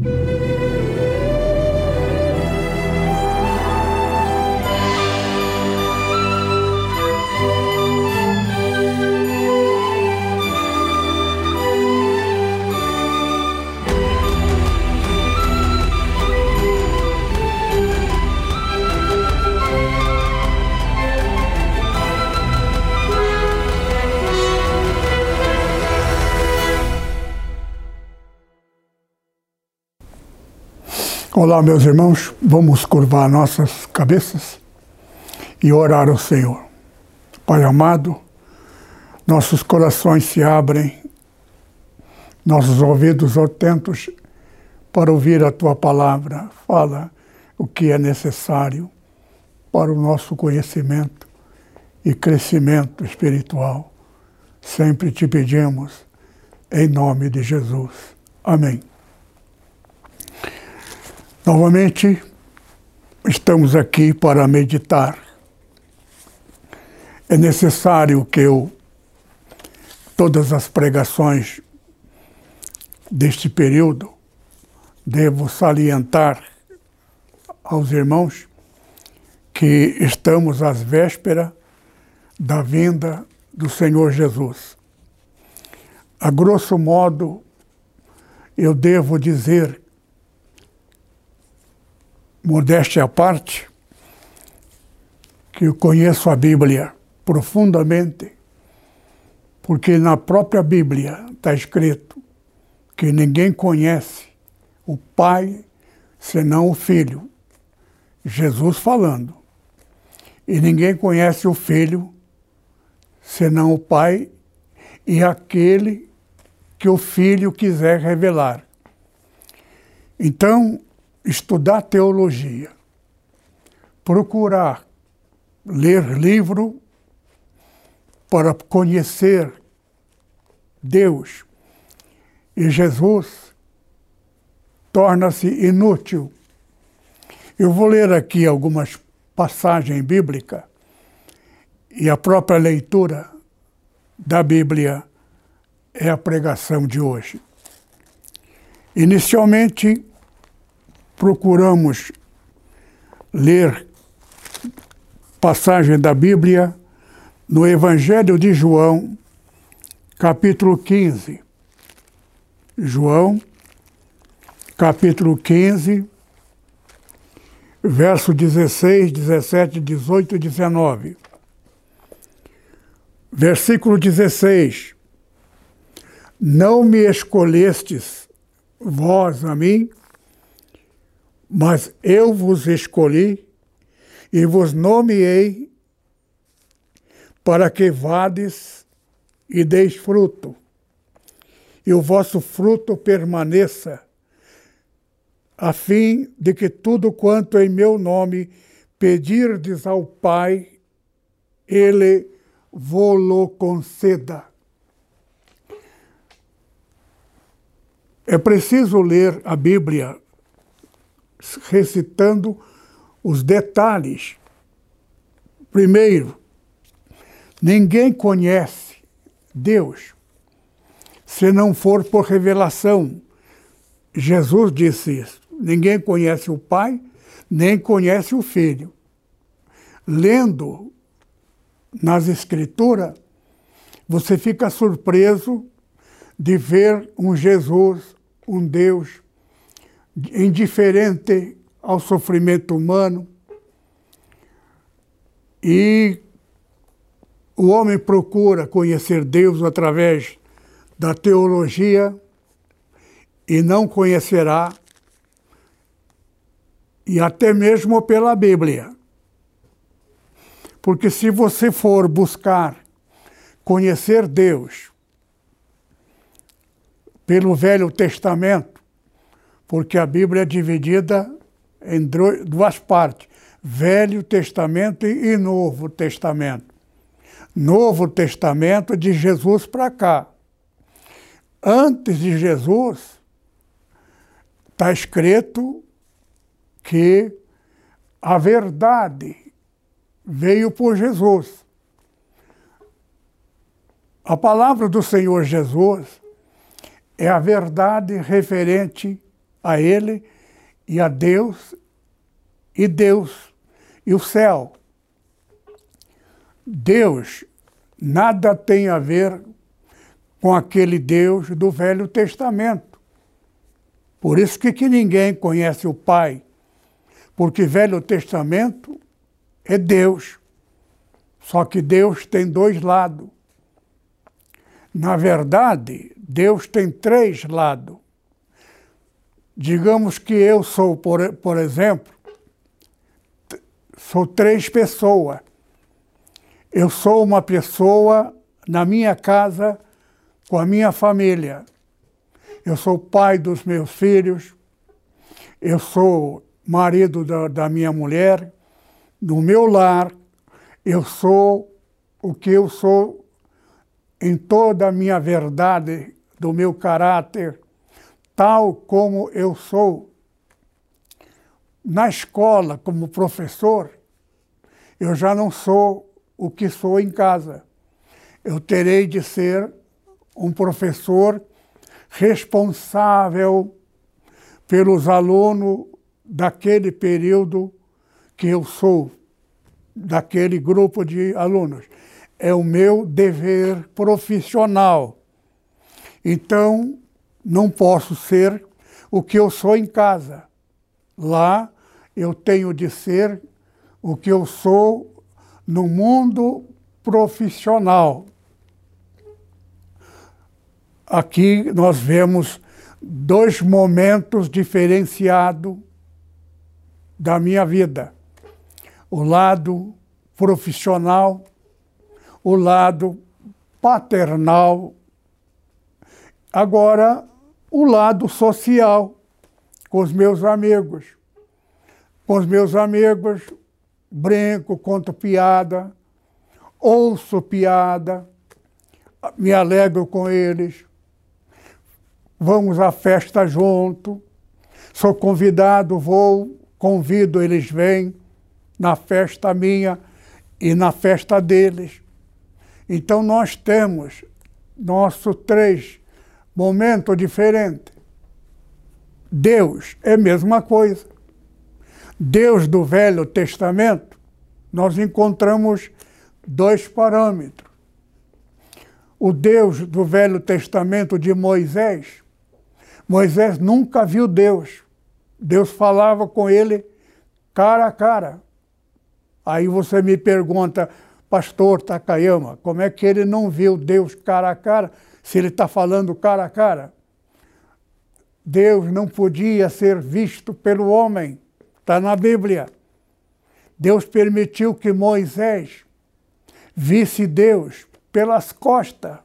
Olá, meus irmãos, vamos curvar nossas cabeças e orar ao Senhor. Pai amado, nossos corações se abrem, nossos ouvidos atentos para ouvir a Tua palavra. Fala o que é necessário para o nosso conhecimento e crescimento espiritual. Sempre te pedimos, em nome de Jesus. Amém. Novamente, estamos aqui para meditar. É necessário que todas as pregações deste período, devo salientar aos irmãos que estamos às vésperas da vinda do Senhor Jesus. A grosso modo, eu devo dizer, modéstia à parte, que eu conheço a Bíblia profundamente, porque na própria Bíblia está escrito que ninguém conhece o Pai senão o Filho, Jesus falando, e ninguém conhece o Filho senão o Pai e aquele que o Filho quiser revelar. Então, estudar teologia, procurar ler livro para conhecer Deus e Jesus torna-se inútil. Eu vou ler aqui algumas passagens bíblicas e a própria leitura da Bíblia é a pregação de hoje. Inicialmente, procuramos ler passagem da Bíblia no Evangelho de João, capítulo 15. João, capítulo 15, verso 16, 17, 18 e 19. Versículo 16. Não me escolhestes vós a mim, mas eu vos escolhi e vos nomeei para que vades e deis fruto, e o vosso fruto permaneça, a fim de que tudo quanto em meu nome pedirdes ao Pai, Ele vô-lo conceda. É preciso ler a Bíblia recitando os detalhes. Primeiro, ninguém conhece Deus se não for por revelação. Jesus disse isso. Ninguém conhece o Pai, nem conhece o Filho. Lendo nas Escrituras, você fica surpreso de ver um Jesus, um Deus indiferente ao sofrimento humano, e o homem procura conhecer Deus através da teologia e não conhecerá, e até mesmo pela Bíblia. Porque se você for buscar conhecer Deus pelo Velho Testamento, porque a Bíblia é dividida em duas partes, Velho Testamento e Novo Testamento. Novo Testamento de Jesus para cá. Antes de Jesus, está escrito que a verdade veio por Jesus. A palavra do Senhor Jesus é a verdade referente a Ele e a Deus e o céu. Deus nada tem a ver com aquele Deus do Velho Testamento. Por isso que ninguém conhece o Pai, porque Velho Testamento é Deus. Só que Deus tem dois lados. Na verdade, Deus tem três lados. Digamos que eu sou, por exemplo, sou três pessoas. Eu sou uma pessoa na minha casa com a minha família. Eu sou pai dos meus filhos, eu sou marido da minha mulher, no meu lar, eu sou o que eu sou em toda a minha verdade, do meu caráter, tal como eu sou. Na escola, como professor, eu já não sou o que sou em casa. Eu terei de ser um professor responsável pelos alunos daquele período que eu sou, daquele grupo de alunos. É o meu dever profissional. Então, não posso ser o que eu sou em casa. Lá, eu tenho de ser o que eu sou no mundo profissional. Aqui nós vemos dois momentos diferenciados da minha vida. O lado profissional, o lado paternal. Agora, o lado social, com os meus amigos. Com os meus amigos, brinco, conto piada, ouço piada, me alegro com eles. Vamos à festa junto. Sou convidado, vou, convido, eles vêm na festa minha e na festa deles. Então nós temos nossos três momentos diferentes. Deus é a mesma coisa. Deus do Velho Testamento, nós encontramos dois parâmetros. O Deus do Velho Testamento de Moisés, Moisés nunca viu Deus. Deus falava com ele cara a cara. Aí você me pergunta, pastor Takayama, como é que ele não viu Deus cara a cara, se ele está falando cara a cara? Deus não podia ser visto pelo homem, está na Bíblia. Deus permitiu que Moisés visse Deus pelas costas.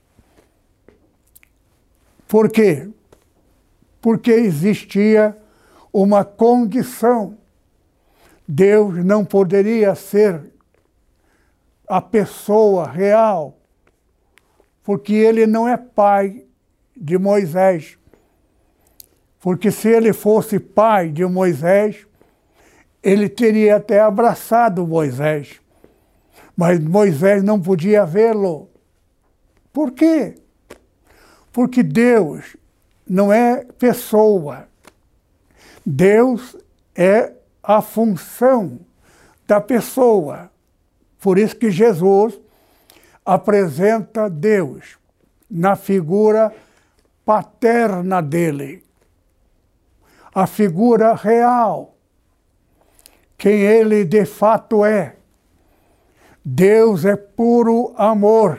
Por quê? Porque existia uma condição. Deus não poderia ser a pessoa real, porque ele não é pai de Moisés. Porque se ele fosse pai de Moisés, ele teria até abraçado Moisés. Mas Moisés não podia vê-lo. Por quê? Porque Deus não é pessoa. Deus é a função da pessoa. Por isso que Jesus apresenta Deus na figura paterna dele. A figura real. Quem ele de fato é. Deus é puro amor.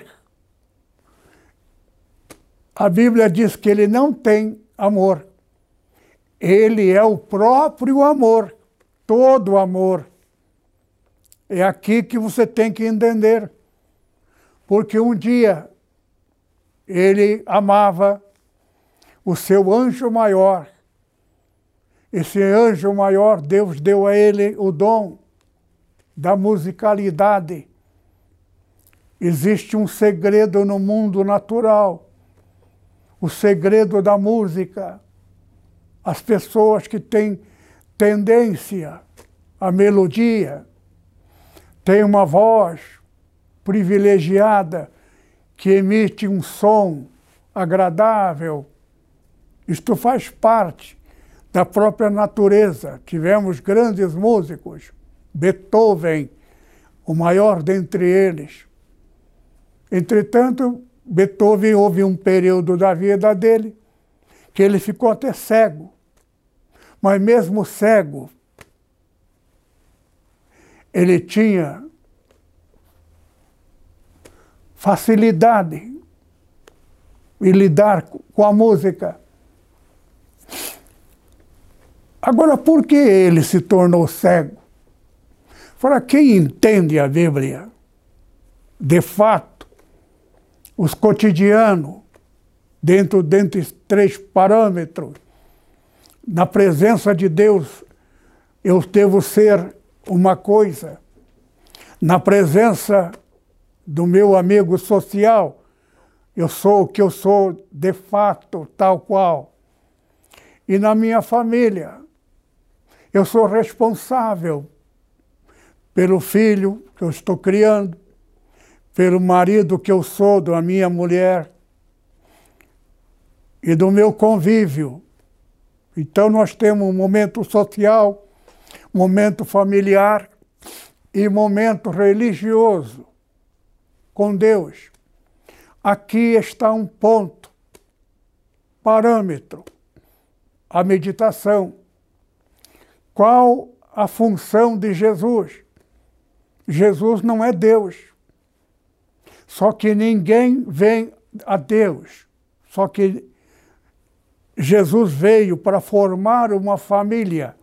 A Bíblia diz que ele não tem amor. Ele é o próprio amor, todo amor. É aqui que você tem que entender. Porque um dia ele amava o seu anjo maior. Esse anjo maior, Deus deu a ele o dom da musicalidade. Existe um segredo no mundo natural. O segredo da música. As pessoas que têm tendência à melodia, têm uma voz privilegiada que emite um som agradável. Isto faz parte da própria natureza. Tivemos grandes músicos, Beethoven, o maior dentre eles. Entretanto, Beethoven houve um período da vida dele que ele ficou até cego. Mas mesmo cego, ele tinha facilidade em lidar com a música. Agora, por que ele se tornou cego? Para quem entende a Bíblia, de fato, os cotidianos, dentro desses 3 parâmetros, na presença de Deus, eu devo ser uma coisa. Na presença do meu amigo social, eu sou o que eu sou de fato, tal qual. E na minha família, eu sou responsável pelo filho que eu estou criando, pelo marido que eu sou, da minha mulher e do meu convívio. Então nós temos um momento social, momento familiar e momento religioso com Deus. Aqui está um ponto, parâmetro, a meditação. Qual a função de Jesus? Jesus não é Deus. Só que ninguém vem a Deus. Só que Jesus veio para formar uma família.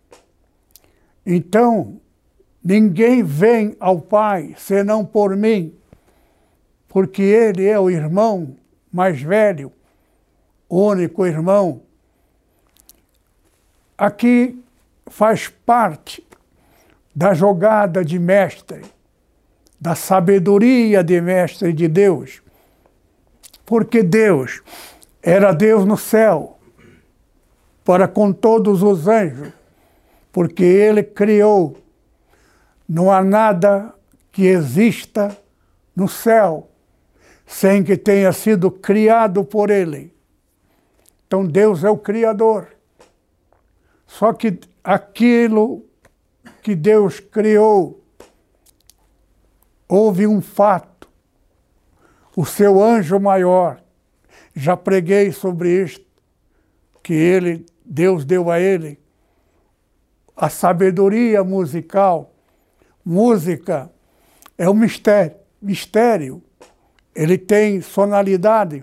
Então, ninguém vem ao Pai senão por mim, porque Ele é o irmão mais velho, único irmão. Aqui faz parte da jogada de mestre, da sabedoria de mestre de Deus, porque Deus era Deus no céu, para com todos os anjos, porque Ele criou. Não há nada que exista no céu sem que tenha sido criado por Ele. Então Deus é o Criador. Só que aquilo que Deus criou, houve um fato. O seu anjo maior, já preguei sobre isto, que Deus deu a ele a sabedoria musical. Música é um mistério. Ele tem sonoridade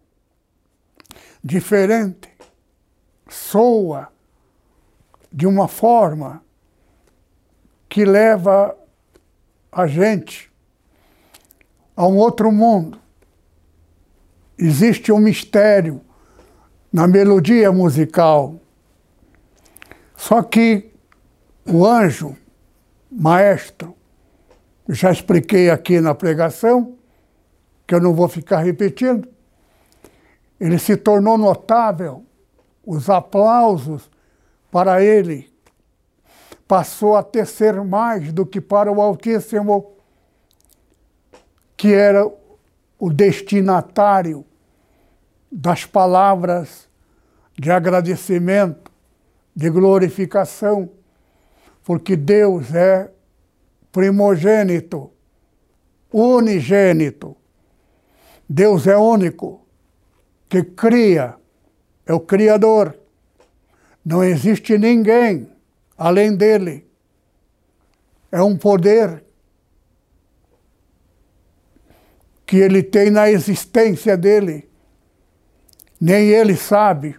diferente, soa de uma forma que leva a gente a um outro mundo. Existe um mistério na melodia musical. Só que o anjo, maestro, já expliquei aqui na pregação, que eu não vou ficar repetindo, ele se tornou notável, os aplausos para ele passou a tecer mais do que para o Altíssimo, que era o destinatário das palavras de agradecimento, de glorificação, porque Deus é primogênito, unigênito. Deus é único, que cria, é o Criador. Não existe ninguém além dele. É um poder que ele tem na existência dele. Nem ele sabe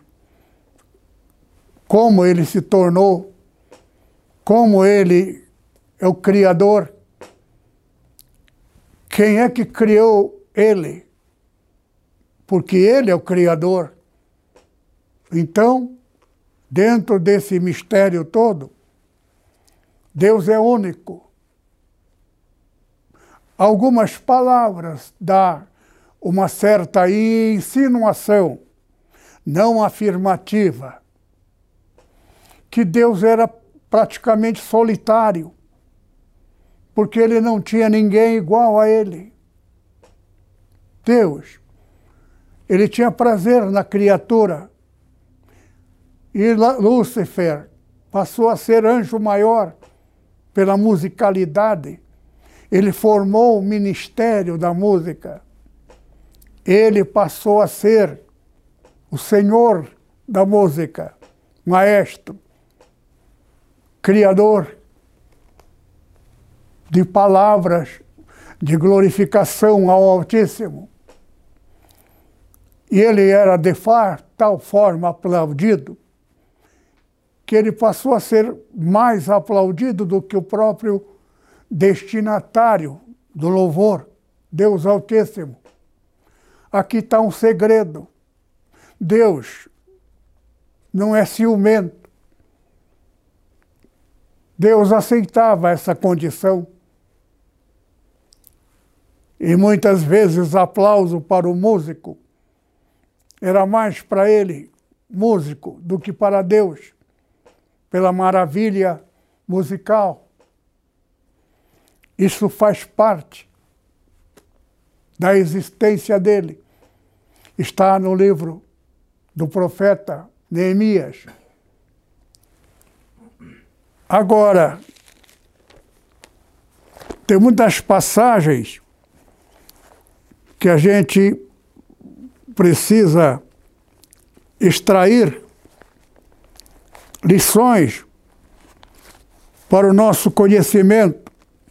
como ele se tornou, como ele é o Criador. Quem é que criou ele? Porque ele é o Criador. Então, dentro desse mistério todo, Deus é único. Algumas palavras dão uma certa insinuação, não afirmativa, que Deus era praticamente solitário, porque ele não tinha ninguém igual a ele. Deus, ele tinha prazer na criatura. E Lúcifer passou a ser anjo maior pela musicalidade. Ele formou o ministério da música. Ele passou a ser o senhor da música, maestro, criador de palavras de glorificação ao Altíssimo. E ele era de tal forma aplaudido que ele passou a ser mais aplaudido do que o próprio destinatário do louvor, Deus Altíssimo. Aqui está um segredo. Deus não é ciumento. Deus aceitava essa condição. E muitas vezes aplauso para o músico era mais para ele, músico, do que para Deus, pela maravilha musical. Isso faz parte da existência dele. Está no livro do profeta Neemias. Agora, tem muitas passagens que a gente precisa extrair lições para o nosso conhecimento.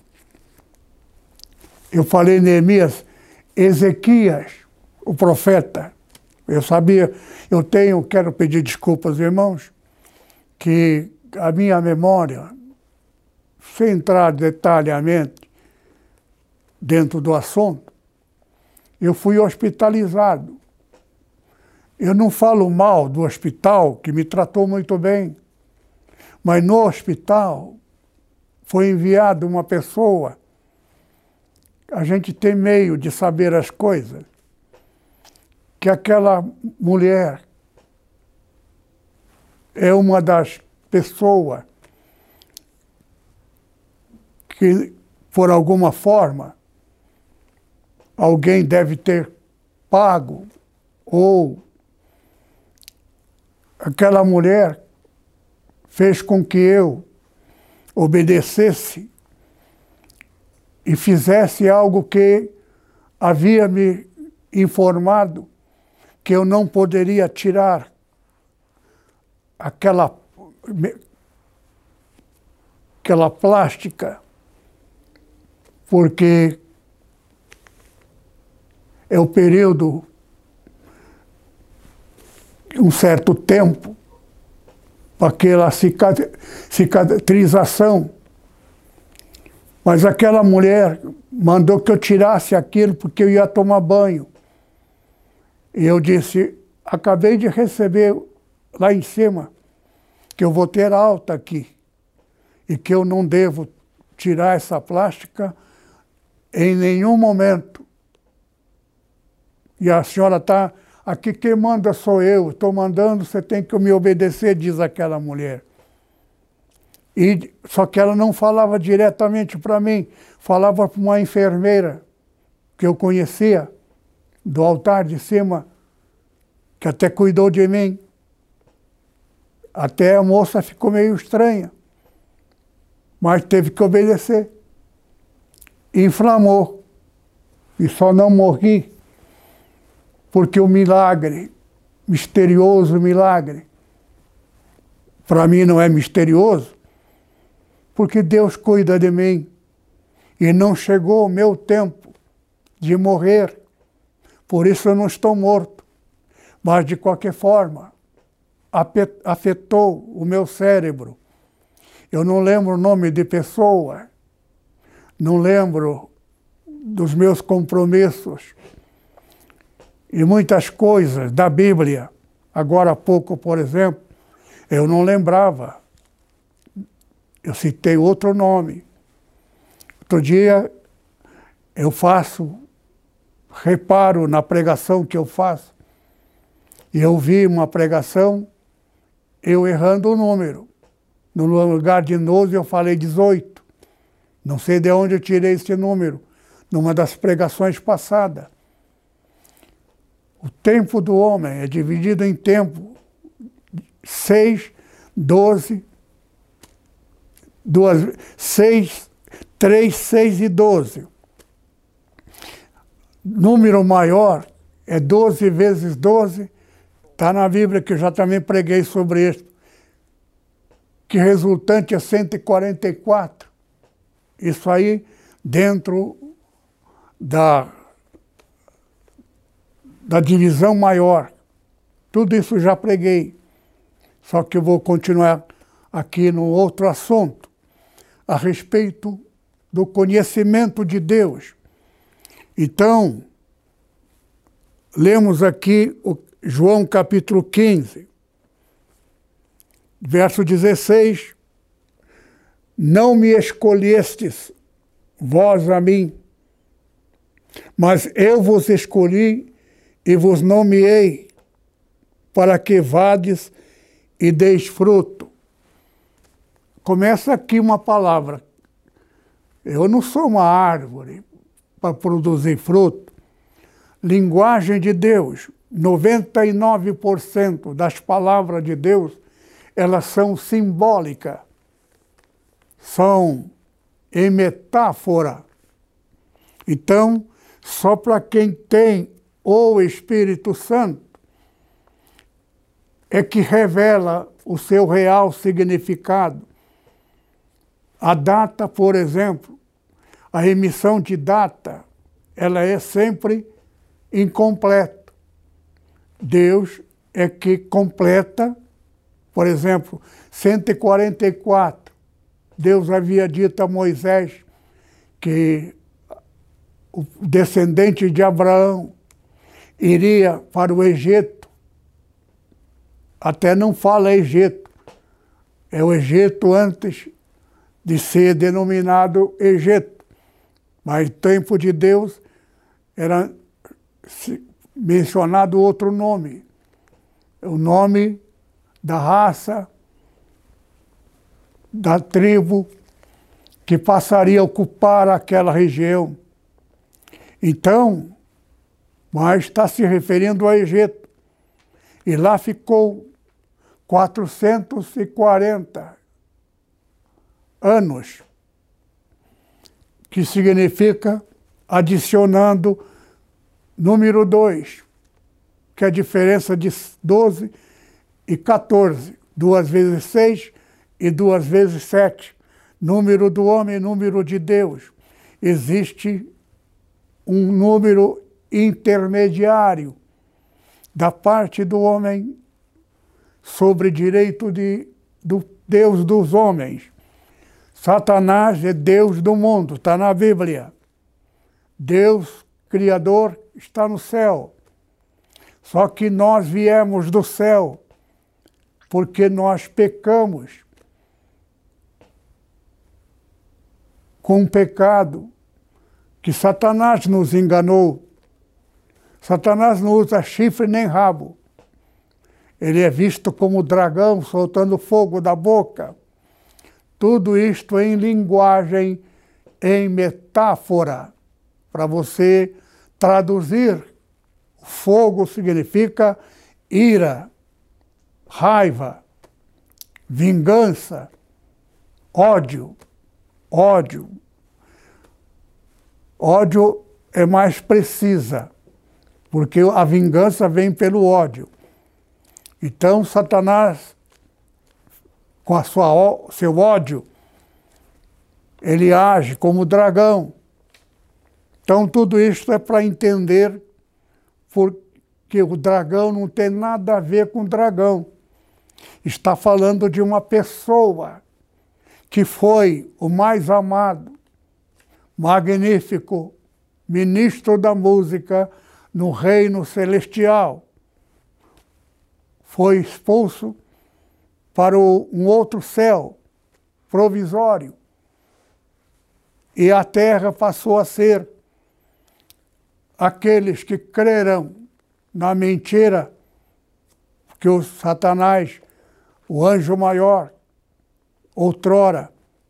Eu falei Neemias, Ezequias, o profeta. Eu sabia, quero pedir desculpas, irmãos, que a minha memória, sem entrar detalhadamente dentro do assunto, eu fui hospitalizado. Eu não falo mal do hospital, que me tratou muito bem, mas no hospital foi enviada uma pessoa. A gente tem meio de saber as coisas, que aquela mulher é uma das pessoas que, por alguma forma, alguém deve ter pago, ou aquela mulher fez com que eu obedecesse e fizesse algo que havia me informado que eu não poderia tirar aquela plástica, porque é o período, um certo tempo, para aquela cicatrização. Mas aquela mulher mandou que eu tirasse aquilo porque eu ia tomar banho. E eu disse, acabei de receber lá em cima que eu vou ter alta aqui e que eu não devo tirar essa plástica em nenhum momento. E a senhora está aqui, quem manda sou eu, estou mandando, você tem que me obedecer, diz aquela mulher. Só que ela não falava diretamente para mim, falava para uma enfermeira que eu conhecia, do altar de cima, que até cuidou de mim. Até a moça ficou meio estranha, mas teve que obedecer. Inflamou, e só não morri, porque o milagre, misterioso milagre, para mim não é misterioso, porque Deus cuida de mim, e não chegou o meu tempo de morrer, por isso eu não estou morto, mas de qualquer forma, afetou o meu cérebro. Eu não lembro o nome de pessoa, não lembro dos meus compromissos, e muitas coisas da Bíblia, agora há pouco, por exemplo, eu não lembrava. Eu citei outro nome. Outro dia eu reparo na pregação que eu faço, e eu vi uma pregação, eu errando o número. No lugar de 12 eu falei 18. Não sei de onde eu tirei esse número, numa das pregações passadas. O tempo do homem é dividido em tempo 6, 12, 6, 3, 6 e 12. Número maior é 12 vezes 12. Está na Bíblia, que eu já também preguei sobre isso. Que resultante é 144. Isso aí dentro da divisão maior. Tudo isso já preguei. Só que eu vou continuar aqui no outro assunto, a respeito do conhecimento de Deus. Então, lemos aqui o João capítulo 15, verso 16. Não me escolhestes, vós a mim, mas eu vos escolhi e vos nomeei, para que vades e deis fruto. Começa aqui uma palavra. Eu não sou uma árvore para produzir fruto. Linguagem de Deus. 99% das palavras de Deus, elas são simbólicas. São em metáfora. Então, só para quem tem o Espírito Santo é que revela o seu real significado. A data, por exemplo, a emissão de data, ela é sempre incompleta. Deus é que completa, por exemplo, 144. Deus havia dito a Moisés que o descendente de Abraão iria para o Egito. Até não fala Egito. É o Egito antes de ser denominado Egito. Mas no tempo de Deus era mencionado outro nome. O nome da raça, da tribo que passaria a ocupar aquela região. Então, mas está se referindo ao Egito. E lá ficou 440 anos, que significa, adicionando número 2, que é a diferença de 12 e 14. 2 vezes 6 e 2 vezes 7. Número do homem, número de Deus. Existe um número intermediário da parte do homem sobre direito do Deus dos homens. Satanás é Deus do mundo, está na Bíblia. Deus, Criador, está no céu. Só que nós viemos do céu porque nós pecamos com um pecado que Satanás nos enganou. Satanás não usa chifre nem rabo. Ele é visto como dragão soltando fogo da boca. Tudo isto em linguagem, em metáfora, para você traduzir. Fogo significa ira, raiva, vingança, ódio. Ódio. Ódio é mais precisa, porque a vingança vem pelo ódio. Então, Satanás, com seu ódio, ele age como dragão. Então, tudo isso é para entender porque o dragão não tem nada a ver com dragão. Está falando de uma pessoa que foi o mais amado, magnífico, ministro da música no reino celestial. Foi expulso para um outro céu provisório. E a terra passou a ser aqueles que crerão na mentira que o Satanás, o anjo maior, outrora,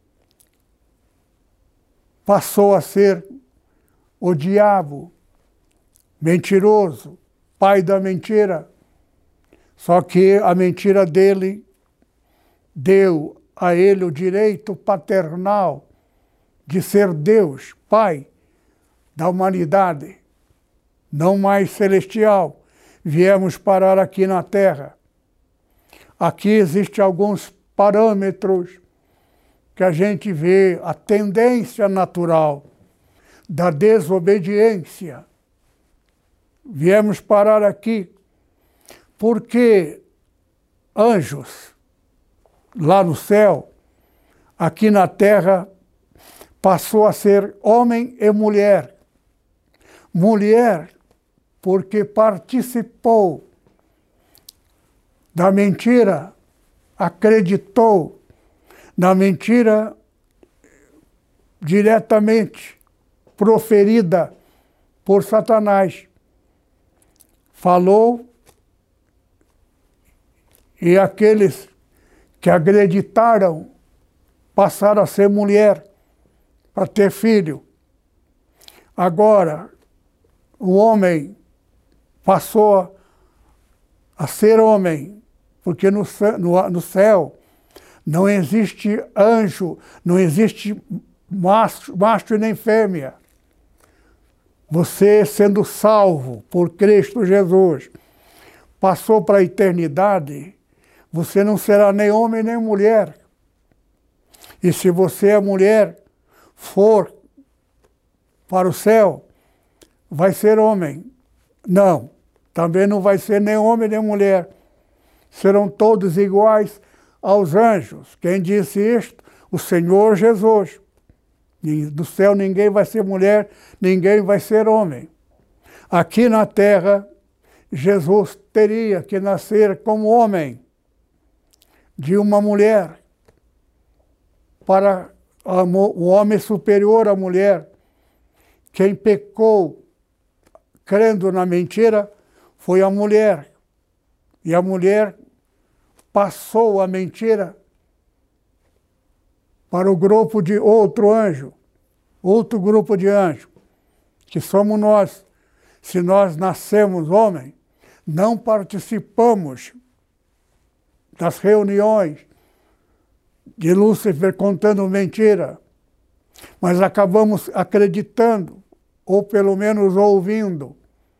passou a ser o diabo, mentiroso, pai da mentira. Só que a mentira dele deu a ele o direito paternal de ser Deus, Pai da humanidade, não mais celestial. Viemos parar aqui na Terra. Aqui existem alguns parâmetros que a gente vê a tendência natural da desobediência. Viemos parar aqui porque anjos lá no céu, aqui na terra, passou a ser homem e mulher. Mulher porque participou da mentira, acreditou na mentira diretamente proferida por Satanás. Falou e aqueles que acreditaram passaram a ser mulher para ter filho. Agora, o homem passou a ser homem, porque no céu não existe anjo, não existe macho e nem fêmea. Você, sendo salvo por Cristo Jesus, passou para a eternidade, você não será nem homem nem mulher. E se você é mulher, for para o céu, vai ser homem. Não, também não vai ser nem homem nem mulher. Serão todos iguais aos anjos. Quem disse isto? O Senhor Jesus. E do céu ninguém vai ser mulher, ninguém vai ser homem. Aqui na terra, Jesus teria que nascer como homem de uma mulher, para o homem superior à mulher. Quem pecou crendo na mentira foi a mulher. E a mulher passou a mentira para o grupo de outro anjo, outro grupo de anjos, que somos nós. Se nós nascemos homem, não participamos das reuniões de Lúcifer contando mentira, mas acabamos acreditando, ou pelo menos ouvindo,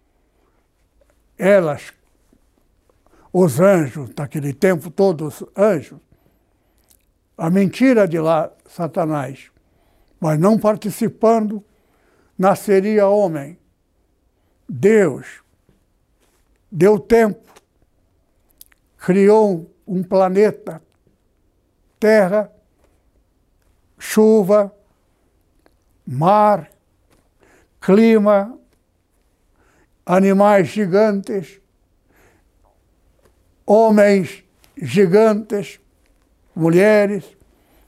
elas, os anjos, daquele tempo todos anjos, a mentira de lá, Satanás, mas não participando, nasceria homem. Deus deu tempo, criou um planeta, terra, chuva, mar, clima, animais gigantes, homens gigantes, mulheres,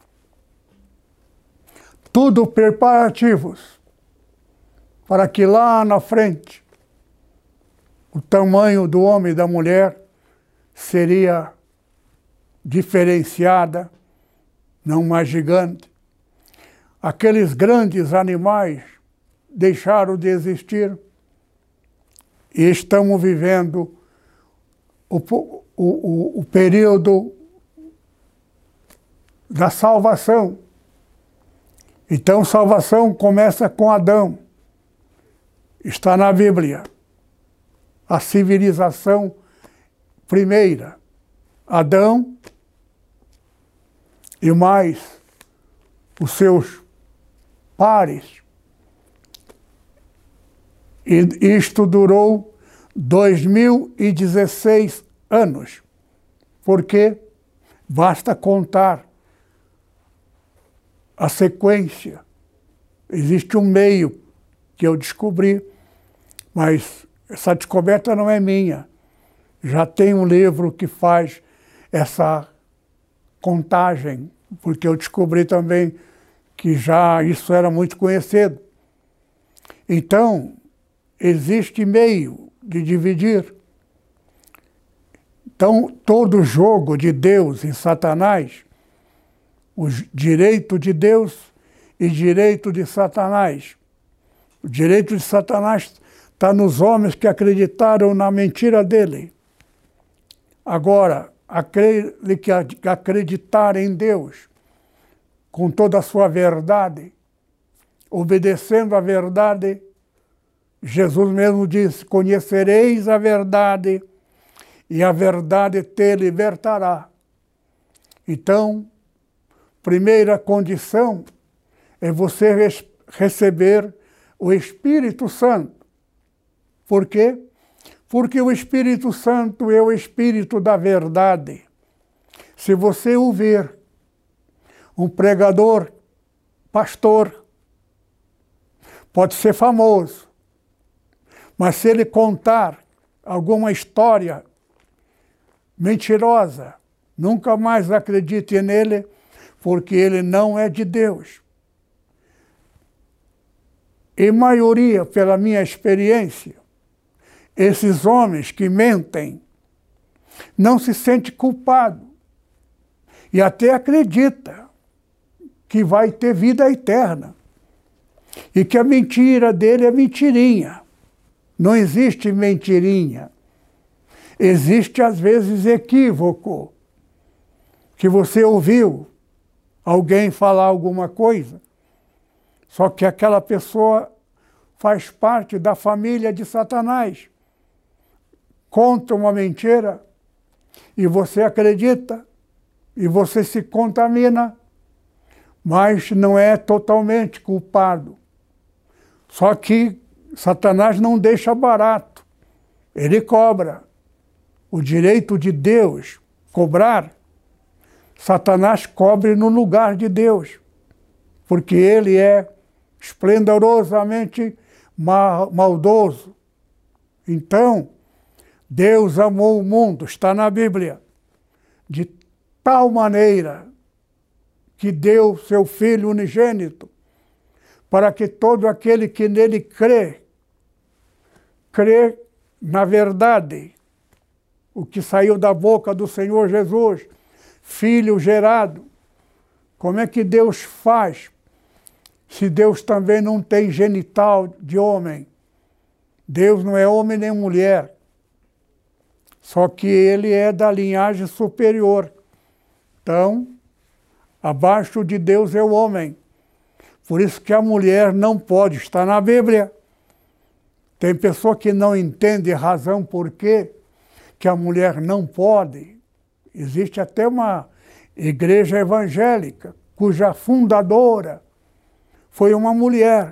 tudo preparativos para que lá na frente o tamanho do homem e da mulher seria diferenciada, não mais gigante. Aqueles grandes animais deixaram de existir e estamos vivendo o período da salvação. Então, salvação começa com Adão. Está na Bíblia. A civilização primeira. Adão e mais os seus pares. E isto durou 2016 anos. Porque basta contar a sequência. Existe um meio que eu descobri, mas essa descoberta não é minha. Já tem um livro que faz essa contagem, porque eu descobri também que já isso era muito conhecido. Então, existe meio de dividir. Então, todo jogo de Deus e Satanás, o direito de Deus e direito de Satanás. O direito de Satanás está nos homens que acreditaram na mentira dele. Agora, aquele que acreditar em Deus com toda a sua verdade, obedecendo a verdade, Jesus mesmo disse: conhecereis a verdade e a verdade te libertará. Então, primeira condição é você receber o Espírito Santo. Por quê? Porque o Espírito Santo é o Espírito da verdade. Se você ouvir um pregador, pastor, pode ser famoso, mas se ele contar alguma história mentirosa, nunca mais acredite nele, porque ele não é de Deus. Em maioria, pela minha experiência, esses homens que mentem não se sentem culpados e até acredita que vai ter vida eterna e que a mentira dele é mentirinha. Não existe mentirinha. Existe, às vezes, equívoco, que você ouviu alguém falar alguma coisa, só que aquela pessoa faz parte da família de Satanás. Conta uma mentira e você acredita e você se contamina, mas não é totalmente culpado. Só que Satanás não deixa barato. Ele cobra. O direito de Deus cobrar, Satanás cobre no lugar de Deus, porque ele é esplendorosamente maldoso. Então, Deus amou o mundo, está na Bíblia, de tal maneira que deu seu Filho unigênito, para que todo aquele que nele crê na verdade, o que saiu da boca do Senhor Jesus, Filho gerado. Como é que Deus faz, se Deus também não tem genital de homem? Deus não é homem nem mulher, só que ele é da linhagem superior. Então, abaixo de Deus é o homem. Por isso que a mulher não pode estar na Bíblia. Tem pessoa que não entende a razão por quê que a mulher não pode. Existe até uma igreja evangélica, cuja fundadora foi uma mulher.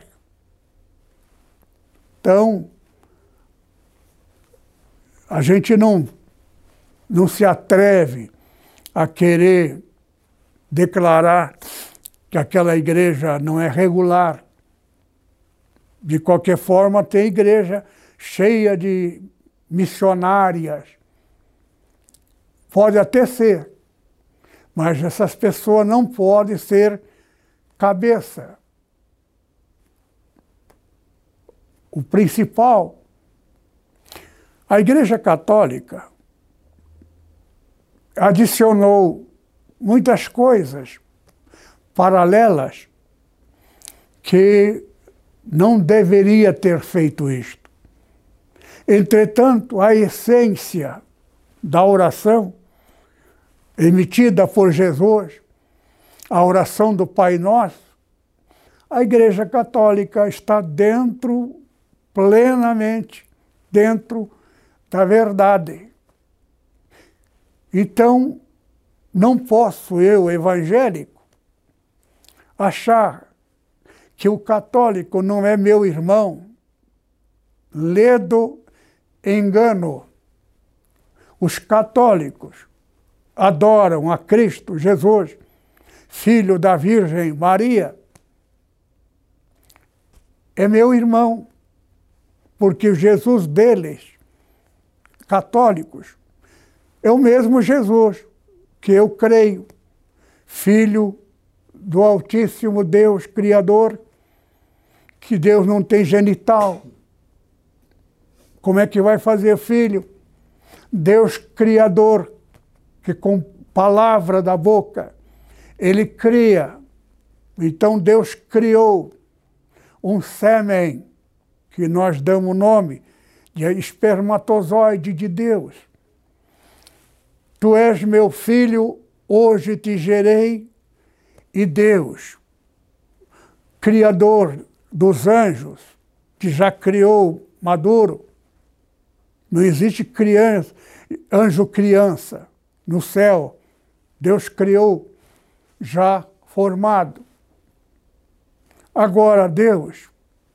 Então, a gente não se atreve a querer declarar que aquela igreja não é regular. De qualquer forma, tem igreja cheia de missionárias. Pode até ser, mas essas pessoas não podem ser cabeça. O principal, a Igreja Católica adicionou muitas coisas paralelas que não deveria ter feito isto. Entretanto, a essência da oração emitida por Jesus, a oração do Pai Nosso, a Igreja Católica está plenamente dentro da verdade. Então, não posso eu, evangélico, achar que o católico não é meu irmão. Ledo engano. Os católicos adoram a Cristo Jesus, Filho da Virgem Maria. É meu irmão, porque o Jesus deles, católicos, é o mesmo Jesus que eu creio, Filho do Altíssimo Deus Criador, que Deus não tem genital. Como é que vai fazer filho? Deus Criador, que com palavra da boca, Ele cria. Então Deus criou um sêmen, que nós damos o nome de espermatozoide de Deus. Tu és meu filho, hoje te gerei, e Deus, Criador dos anjos, que já criou maduro, não existe criança, anjo criança no céu, Deus criou já formado. Agora Deus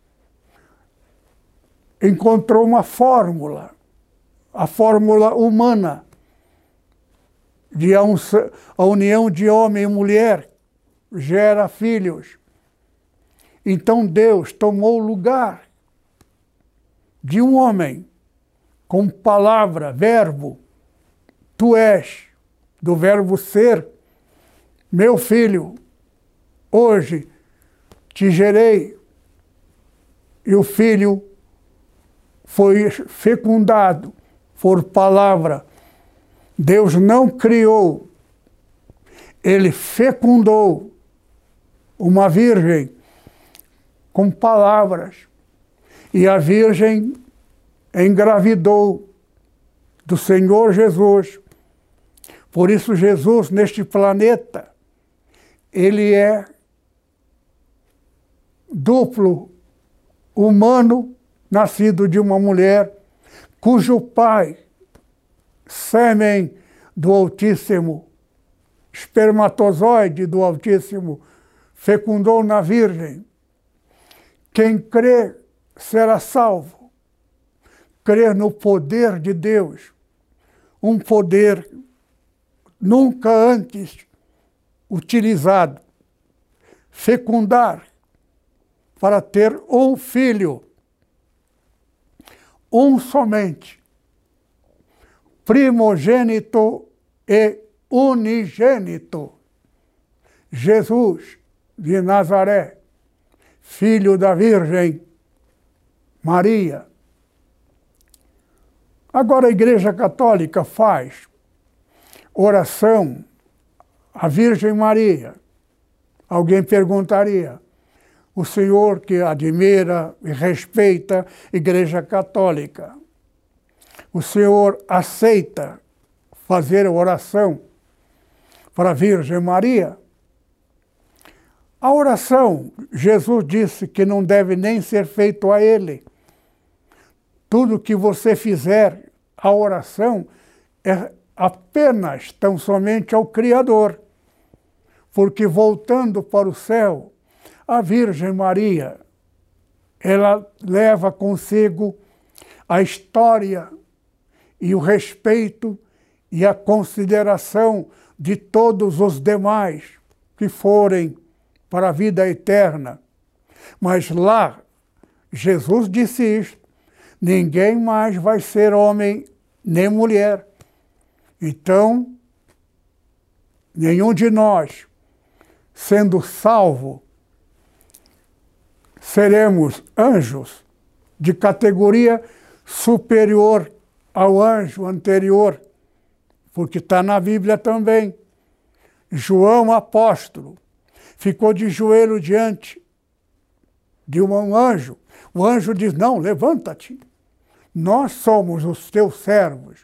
encontrou uma fórmula, a fórmula humana, de a união de homem e mulher gera filhos. Então Deus tomou o lugar de um homem com palavra, verbo. Tu és, do verbo ser, meu filho, hoje te gerei. E o filho foi fecundado por palavra. Deus não criou, ele fecundou uma virgem com palavras. E a virgem engravidou do Senhor Jesus. Por isso Jesus, neste planeta, ele é duplo, humano, nascido de uma mulher, cujo pai, sêmen do Altíssimo, espermatozoide do Altíssimo, fecundou na Virgem. Quem crê será salvo. Crer no poder de Deus, um poder nunca antes utilizado. Fecundar para ter um filho, um somente, primogênito e unigênito, Jesus de Nazaré, filho da Virgem Maria. Agora a Igreja Católica faz oração à Virgem Maria. Alguém perguntaria, o senhor que admira e respeita a Igreja Católica, o senhor aceita fazer oração para a Virgem Maria? A oração, Jesus disse que não deve nem ser feito a ele. Tudo que você fizer, a oração, é apenas, tão somente ao Criador. Porque voltando para o céu, a Virgem Maria, ela leva consigo a história e o respeito e a consideração de todos os demais que forem para a vida eterna. Mas lá, Jesus disse isto, ninguém mais vai ser homem nem mulher. Então, nenhum de nós, sendo salvo, seremos anjos de categoria superior ao anjo anterior, porque está na Bíblia também. João apóstolo ficou de joelho diante de um anjo. O anjo diz, não, levanta-te, nós somos os teus servos.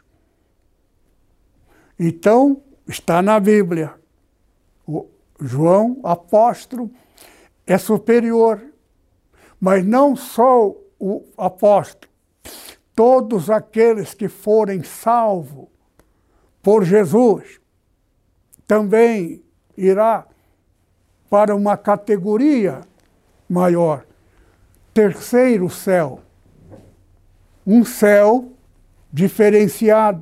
Então, está na Bíblia. O João apóstolo é superior, mas não só o apóstolo. Todos aqueles que forem salvos por Jesus também irá para uma categoria maior. Terceiro céu. Um céu diferenciado,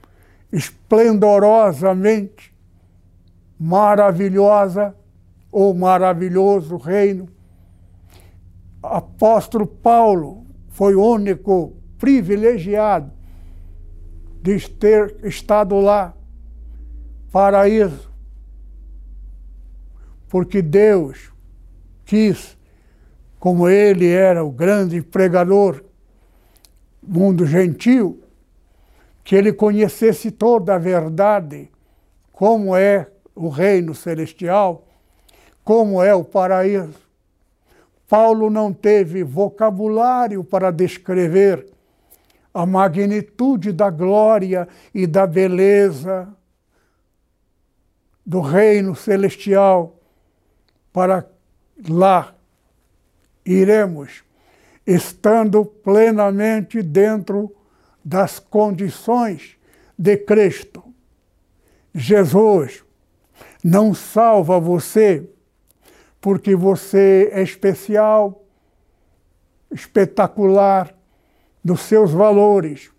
esplendorosamente maravilhosa ou maravilhoso reino. Apóstolo Paulo foi o único privilegiado de ter estado lá, paraíso, porque Deus quis, como ele era o grande pregador, mundo gentil, que ele conhecesse toda a verdade, como é o reino celestial, como é o paraíso. Paulo não teve vocabulário para descrever a magnitude da glória e da beleza do reino celestial. Para lá iremos, estando plenamente dentro das condições de Cristo. Jesus não salva você porque você é especial, espetacular nos seus valores.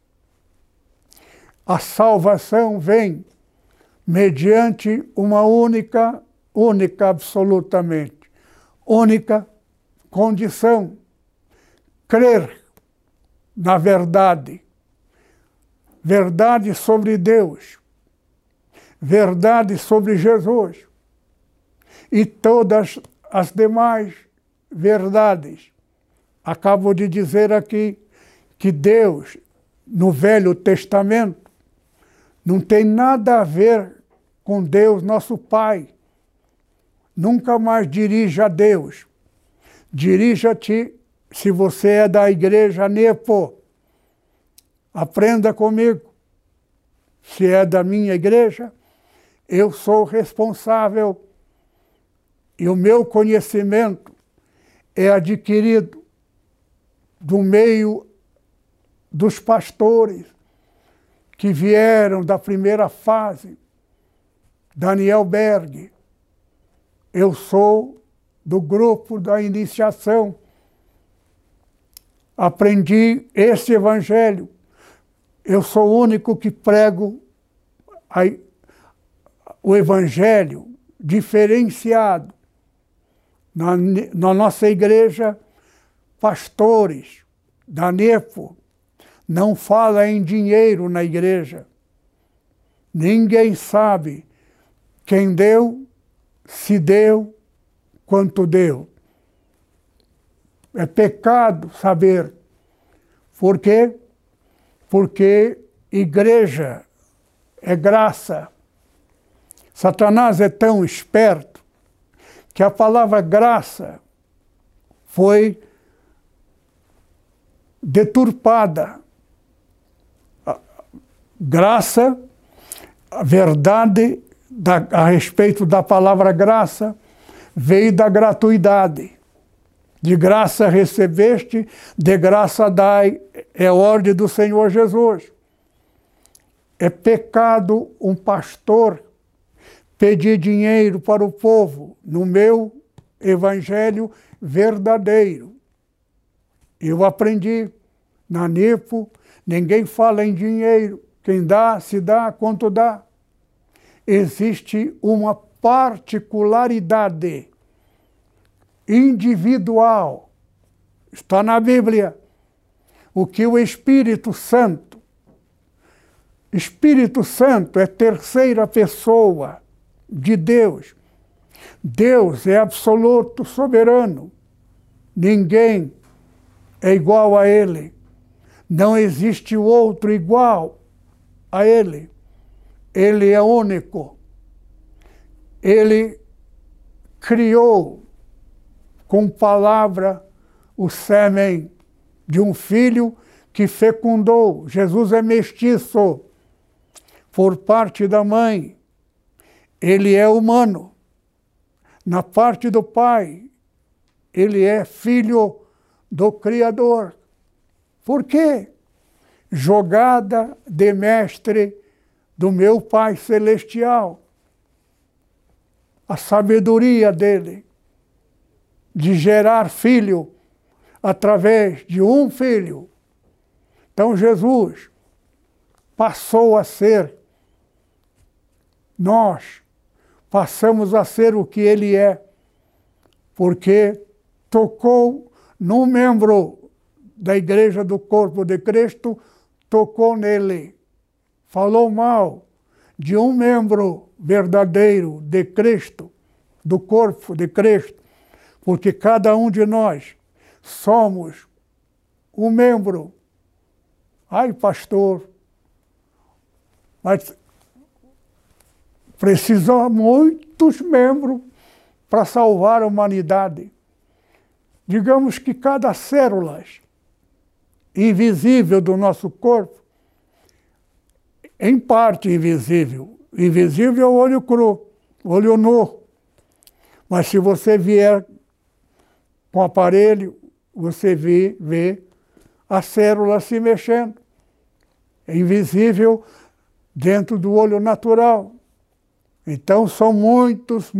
A salvação vem mediante uma única absolutamente, única condição: crer na verdade. Verdade sobre Deus, verdade sobre Jesus e todas as demais verdades. Acabo de dizer aqui que Deus, no Velho Testamento, não tem nada a ver com Deus, nosso Pai. Nunca mais dirija a Deus. Dirija-te, se você é da igreja Nepo. Aprenda comigo. Se é da minha igreja, eu sou responsável e o meu conhecimento é adquirido do meio dos pastores que vieram da primeira fase, Daniel Berg. Eu sou do grupo da iniciação. Aprendi esse evangelho. Eu sou o único que prego o evangelho diferenciado. Na nossa igreja, pastores da Nepo não falam em dinheiro na igreja. Ninguém sabe quem deu, se deu, quanto deu. É pecado saber. Por quê? Porque igreja é graça. Satanás é tão esperto que a palavra graça foi deturpada. Graça, a verdade a respeito da palavra graça veio da gratuidade. De graça recebeste, de graça dai, é a ordem do Senhor Jesus. É pecado um pastor pedir dinheiro para o povo no meu evangelho verdadeiro. Eu aprendi na Nepo, ninguém fala em dinheiro. Quem dá, se dá, quanto dá. Existe uma particularidade individual. Está na Bíblia. O que o Espírito Santo é terceira pessoa de Deus. Deus é absoluto, soberano. Ninguém é igual a Ele. Não existe outro igual a Ele. Ele é único. Ele criou com palavra o sêmen de um filho que fecundou. Jesus é mestiço por parte da mãe. Ele é humano. Na parte do pai, ele é filho do Criador. Por quê? Jogada de mestre do meu Pai Celestial. A sabedoria dele de gerar filho através de um filho. Então Jesus passou a ser, nós passamos a ser o que ele é, porque tocou num membro da igreja do corpo de Cristo, tocou nele, falou mal de um membro verdadeiro de Cristo, do corpo de Cristo, porque cada um de nós somos um membro. Ai, pastor, mas precisam muitos membros para salvar a humanidade. Digamos que cada célula invisível do nosso corpo, em parte invisível. Invisível é o olho cru, olho nu. Mas se você vier com o aparelho, você vê a célula se mexendo. É invisível dentro do olho natural. Então são muitas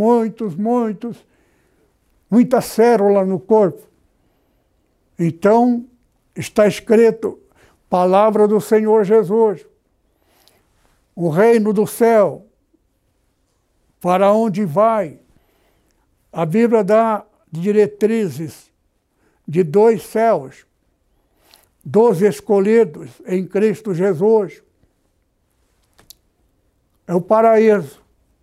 células no corpo. Então está escrito, palavra do Senhor Jesus, o reino do céu, para onde vai? A Bíblia dá diretrizes de 2 céus, 12 escolhidos em Cristo Jesus. É o paraíso.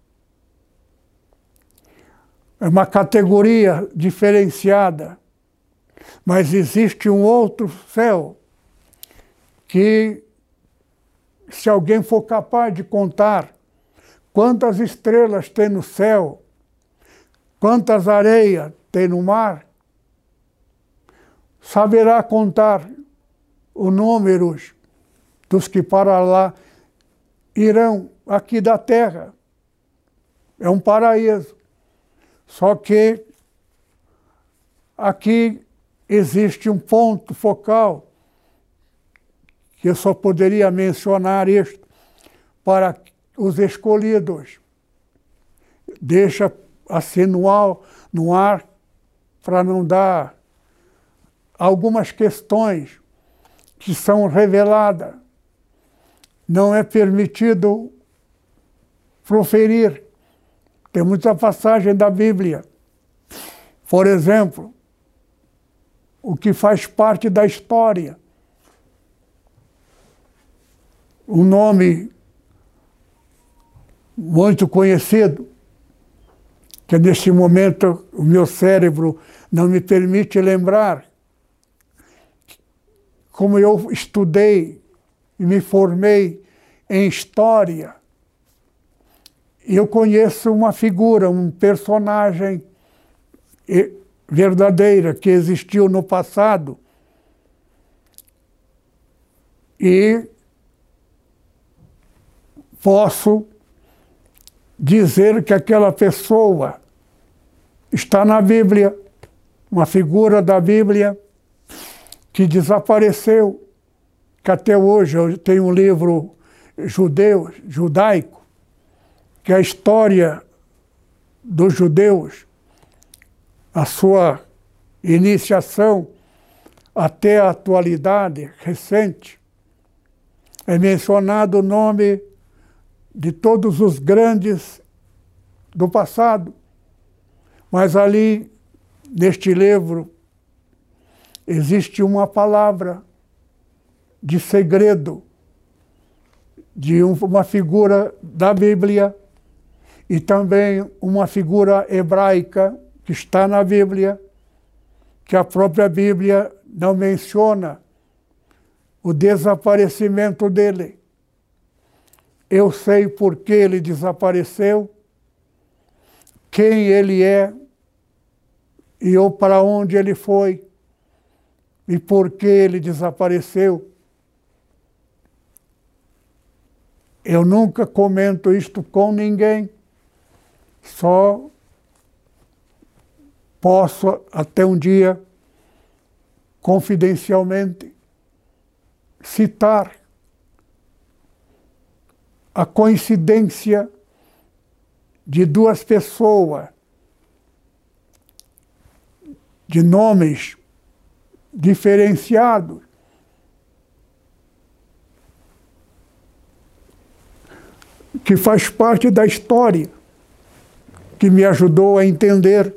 É uma categoria diferenciada. Mas existe um outro céu que, se alguém for capaz de contar quantas estrelas tem no céu, quantas areias tem no mar, saberá contar os números dos que para lá irão aqui da terra. É um paraíso. Só que aqui existe um ponto focal que eu só poderia mencionar isto para os escolhidos. Deixa assim no ar para não dar algumas questões que são reveladas. Não é permitido proferir. Tem muita passagem da Bíblia. Por exemplo, o que faz parte da história. Um nome muito conhecido, que neste momento o meu cérebro não me permite lembrar. Como eu estudei e me formei em história, eu conheço uma figura, um personagem verdadeira que existiu no passado e posso dizer que aquela pessoa está na Bíblia, uma figura da Bíblia que desapareceu, que até hoje eu tenho um livro judaico, que é a história dos judeus, a sua iniciação até a atualidade recente. É mencionado o nome de todos os grandes do passado, mas ali, neste livro, existe uma palavra de segredo, de uma figura da Bíblia e também uma figura hebraica que está na Bíblia, que a própria Bíblia não menciona o desaparecimento dele. Eu sei por que ele desapareceu, quem ele é e para onde ele foi e por que ele desapareceu. Eu nunca comento isto com ninguém, só posso até um dia, confidencialmente, citar a coincidência de 2 pessoas de nomes diferenciados, que faz parte da história, que me ajudou a entender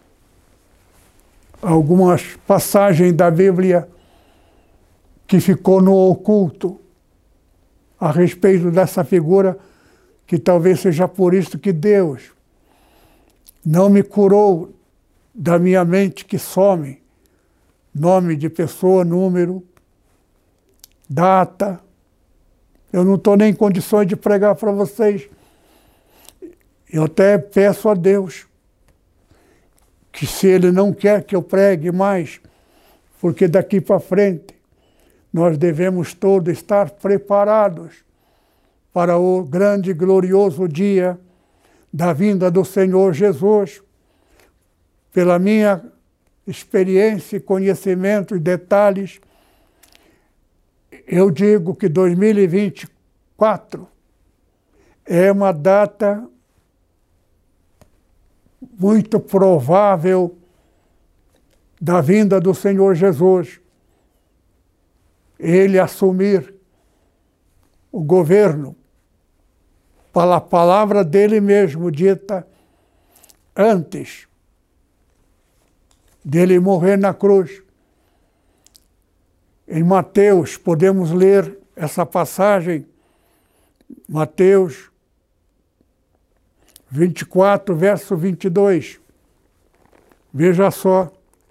algumas passagens da Bíblia que ficou no oculto a respeito dessa figura, que talvez seja por isso que Deus não me curou da minha mente que some nome de pessoa, número, data. Eu não estou nem em condições de pregar para vocês. Eu até peço a Deus que, se Ele não quer que eu pregue mais, porque daqui para frente nós devemos todos estar preparados para o grande e glorioso dia da vinda do Senhor Jesus. Pela minha experiência, conhecimento e detalhes, eu digo que 2024 é uma data muito provável da vinda do Senhor Jesus. Ele assumir o governo, pela palavra dele mesmo dita antes dele morrer na cruz. Em Mateus, podemos ler essa passagem, Mateus 24, verso 22. Veja só.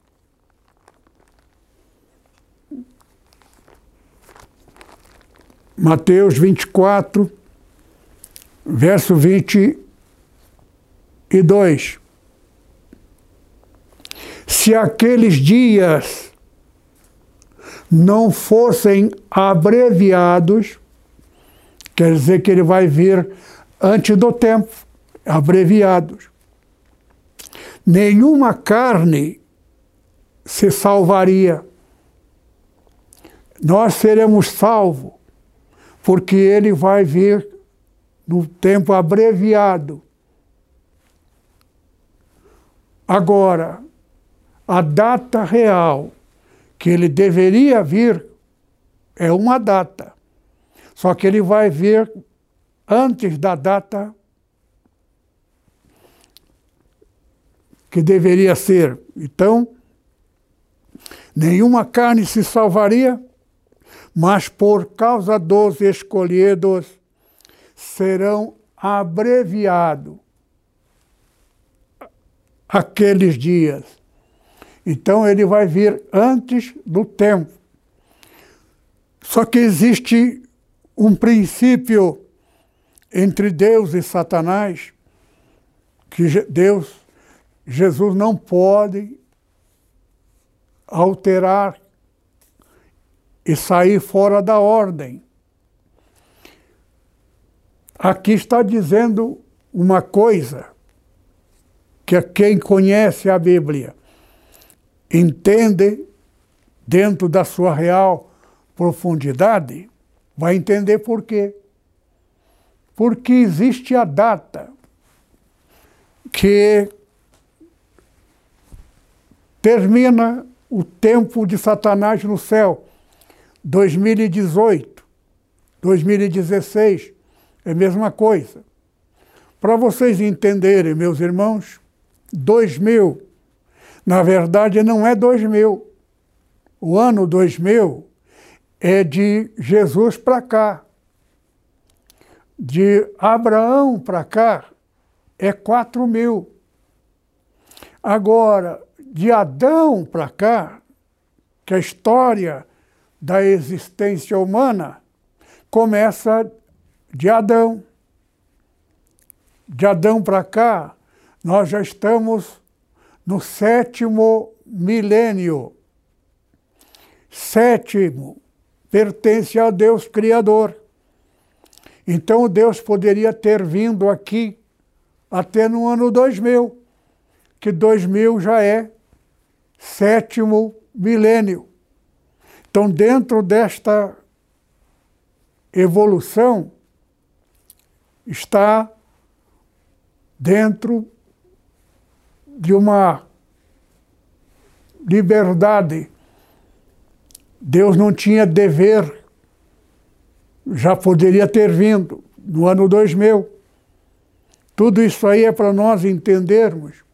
Mateus 24, verso 22. Se aqueles dias não fossem abreviados, quer dizer que ele vai vir antes do tempo, abreviados. Nenhuma carne se salvaria. Nós seremos salvos, porque ele vai vir no tempo abreviado. Agora, a data real que ele deveria vir é uma data. Só que ele vai vir antes da data que deveria ser. Então, nenhuma carne se salvaria, mas por causa dos escolhidos serão abreviados aqueles dias. Então ele vai vir antes do tempo. Só que existe um princípio entre Deus e Satanás, que Jesus não pode alterar e sair fora da ordem. Aqui está dizendo uma coisa que quem conhece a Bíblia entende dentro da sua real profundidade, vai entender por quê. Porque existe a data que termina o tempo de Satanás no céu. 2018, 2016, é a mesma coisa. Para vocês entenderem, meus irmãos, 2000, na verdade não é 2000. O ano 2000 é de Jesus para cá. De Abraão para cá é 4000. Agora, de Adão para cá, que a história da existência humana começa de Adão. De Adão para cá, nós já estamos no 7º milênio. 7º pertence a Deus Criador. Então Deus poderia ter vindo aqui até no ano 2000, que 2000 já é 7º milênio. Então, dentro desta evolução, está dentro de uma liberdade. Deus não tinha dever, já poderia ter vindo no ano 2000. Tudo isso aí é para nós entendermos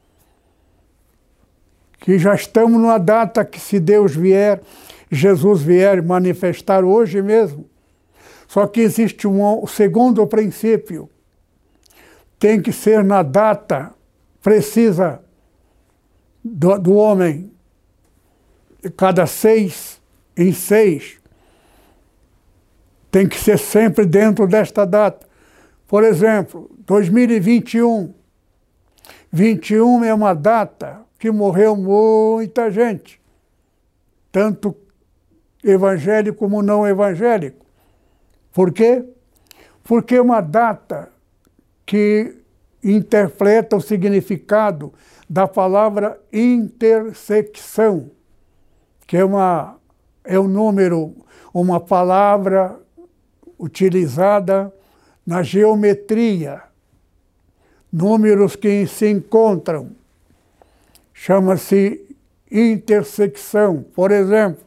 que já estamos numa data que, se Deus vier, Jesus vier manifestar hoje mesmo. Só que existe um segundo princípio. Tem que ser na data precisa do homem. Cada 6 em 6. Tem que ser sempre dentro desta data. Por exemplo, 2021. 21 é uma data que morreu muita gente. Tanto evangélico como não evangélico. Por quê? Porque é uma data que interpreta o significado da palavra intersecção, que é um número, uma palavra utilizada na geometria, números que se encontram, chama-se intersecção. Por exemplo,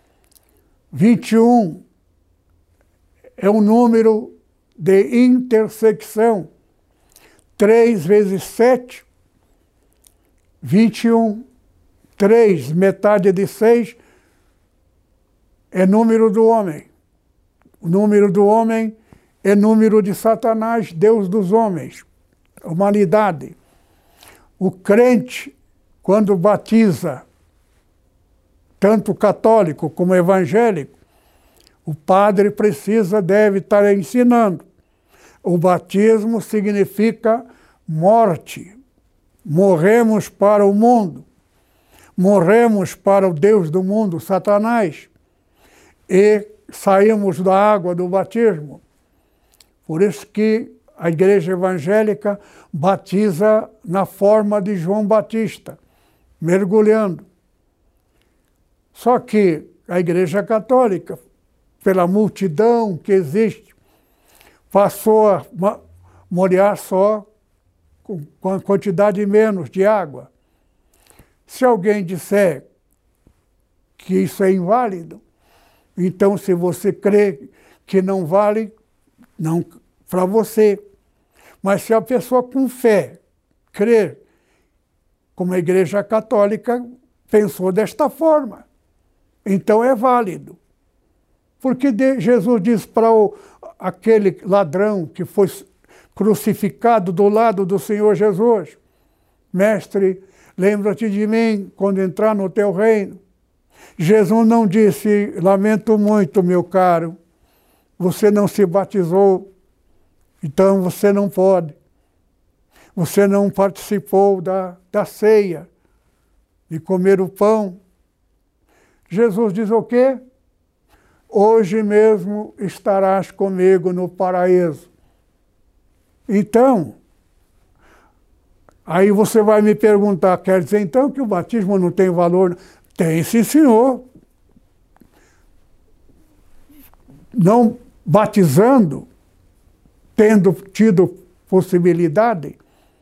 21 é um número de intersecção. 3 vezes 7, 21. 3, metade de 6, é número do homem. O número do homem é número de Satanás, Deus dos homens, humanidade. O crente, quando batiza, tanto católico como evangélico, o padre deve estar ensinando. O batismo significa morte. Morremos para o mundo. Morremos para o Deus do mundo, Satanás. E saímos da água do batismo. Por isso que a igreja evangélica batiza na forma de João Batista, mergulhando. Só que a igreja católica, pela multidão que existe, passou a molhar só com a quantidade menos de água. Se alguém disser que isso é inválido, então se você crê que não vale, não para você. Mas se a pessoa com fé crer, como a igreja católica pensou desta forma, então é válido. Porque Jesus diz para aquele ladrão que foi crucificado do lado do Senhor Jesus: Mestre, lembra-te de mim quando entrar no teu reino. Jesus não disse: lamento muito, meu caro, você não se batizou, então você não pode. Você não participou da ceia, de comer o pão. Jesus diz o quê? Hoje mesmo estarás comigo no paraíso. Então, aí você vai me perguntar, quer dizer então que o batismo não tem valor? Tem, sim, senhor. Não batizando, tendo tido possibilidade,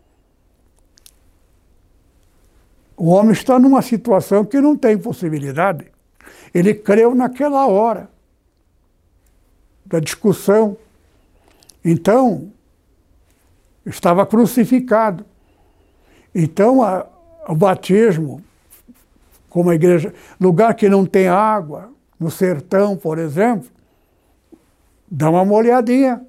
o homem está numa situação que não tem possibilidade. Ele creu naquela hora da discussão. Então, estava crucificado. Então, o batismo, como a igreja, lugar que não tem água, no sertão, por exemplo, dá uma molhadinha.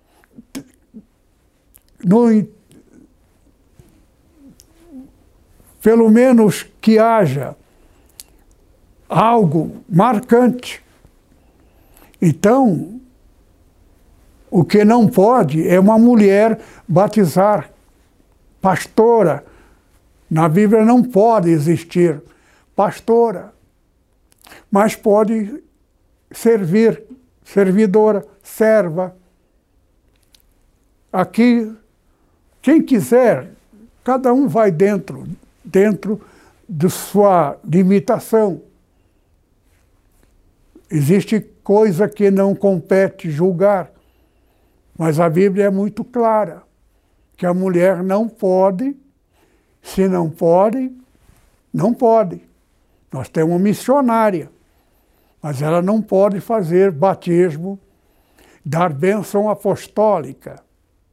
Pelo menos que haja algo marcante. Então, o que não pode é uma mulher batizar, pastora. Na Bíblia não pode existir pastora, mas pode servir, servidora, serva. Aqui, quem quiser, cada um vai dentro de sua limitação. Existe coisa que não compete julgar, mas a Bíblia é muito clara, que a mulher não pode, se não pode, não pode. Nós temos uma missionária, mas ela não pode fazer batismo, dar bênção apostólica.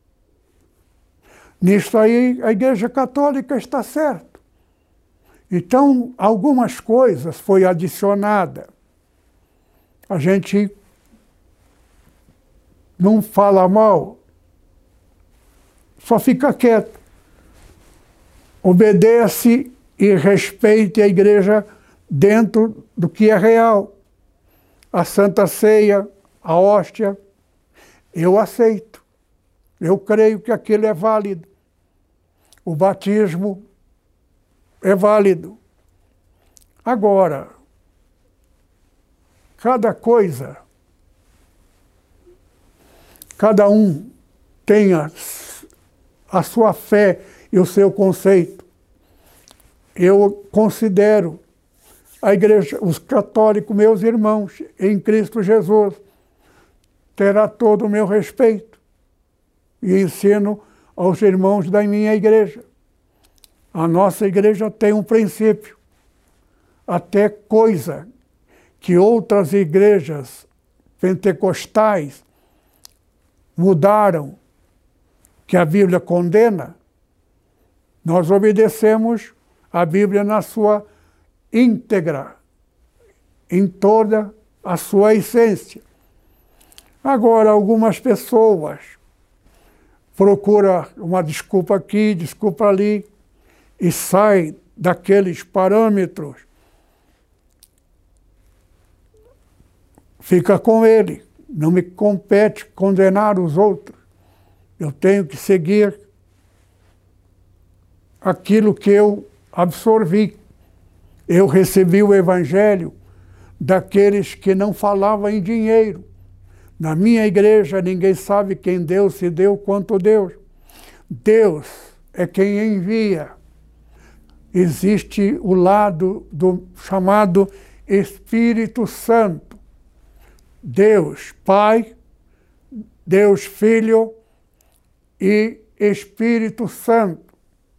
Nisso aí a Igreja Católica está certa. Então, algumas coisas foi adicionada. A gente não fala mal, só fica quieto. Obedece e respeite a igreja dentro do que é real. A Santa Ceia, a hóstia, eu aceito. Eu creio que aquilo é válido. O batismo é válido. Agora, cada coisa, cada um tem a sua fé e o seu conceito. Eu considero a igreja, os católicos, meus irmãos, em Cristo Jesus, terá todo o meu respeito. E ensino aos irmãos da minha igreja. A nossa igreja tem um princípio. Até coisa que outras igrejas pentecostais mudaram, que a Bíblia condena, nós obedecemos a Bíblia na sua íntegra, em toda a sua essência. Agora, algumas pessoas procuram uma desculpa aqui, desculpa ali, e saem daqueles parâmetros. Fica com ele. Não me compete condenar os outros. Eu tenho que seguir aquilo que eu absorvi. Eu recebi o Evangelho daqueles que não falavam em dinheiro. Na minha igreja, ninguém sabe quem Deus se deu quanto Deus. Deus é quem envia. Existe o lado do chamado Espírito Santo. Deus Pai, Deus Filho e Espírito Santo.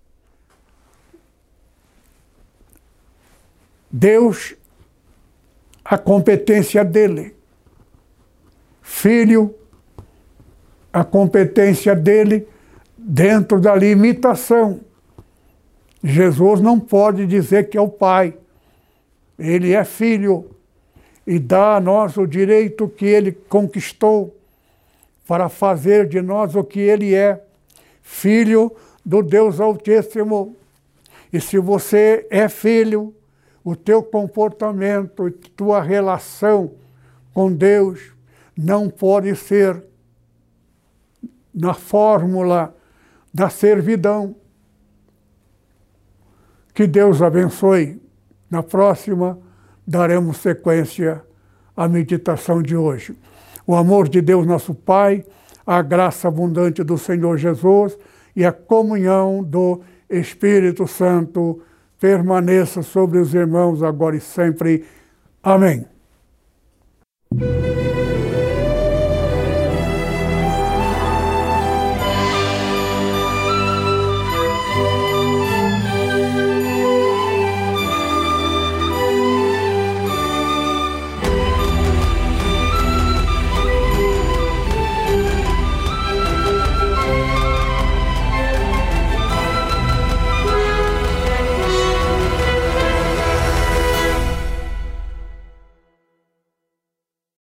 Deus, a competência dele. Filho, a competência dele dentro da limitação. Jesus não pode dizer que é o Pai. Ele é Filho e dá a nós o direito que ele conquistou para fazer de nós o que ele é, Filho do Deus Altíssimo. E se você é filho, o teu comportamento e tua relação com Deus não pode ser na fórmula da servidão. Que Deus abençoe. Na próxima, daremos sequência à meditação de hoje. O amor de Deus, nosso Pai, a graça abundante do Senhor Jesus e a comunhão do Espírito Santo permaneça sobre os irmãos agora e sempre. Amém.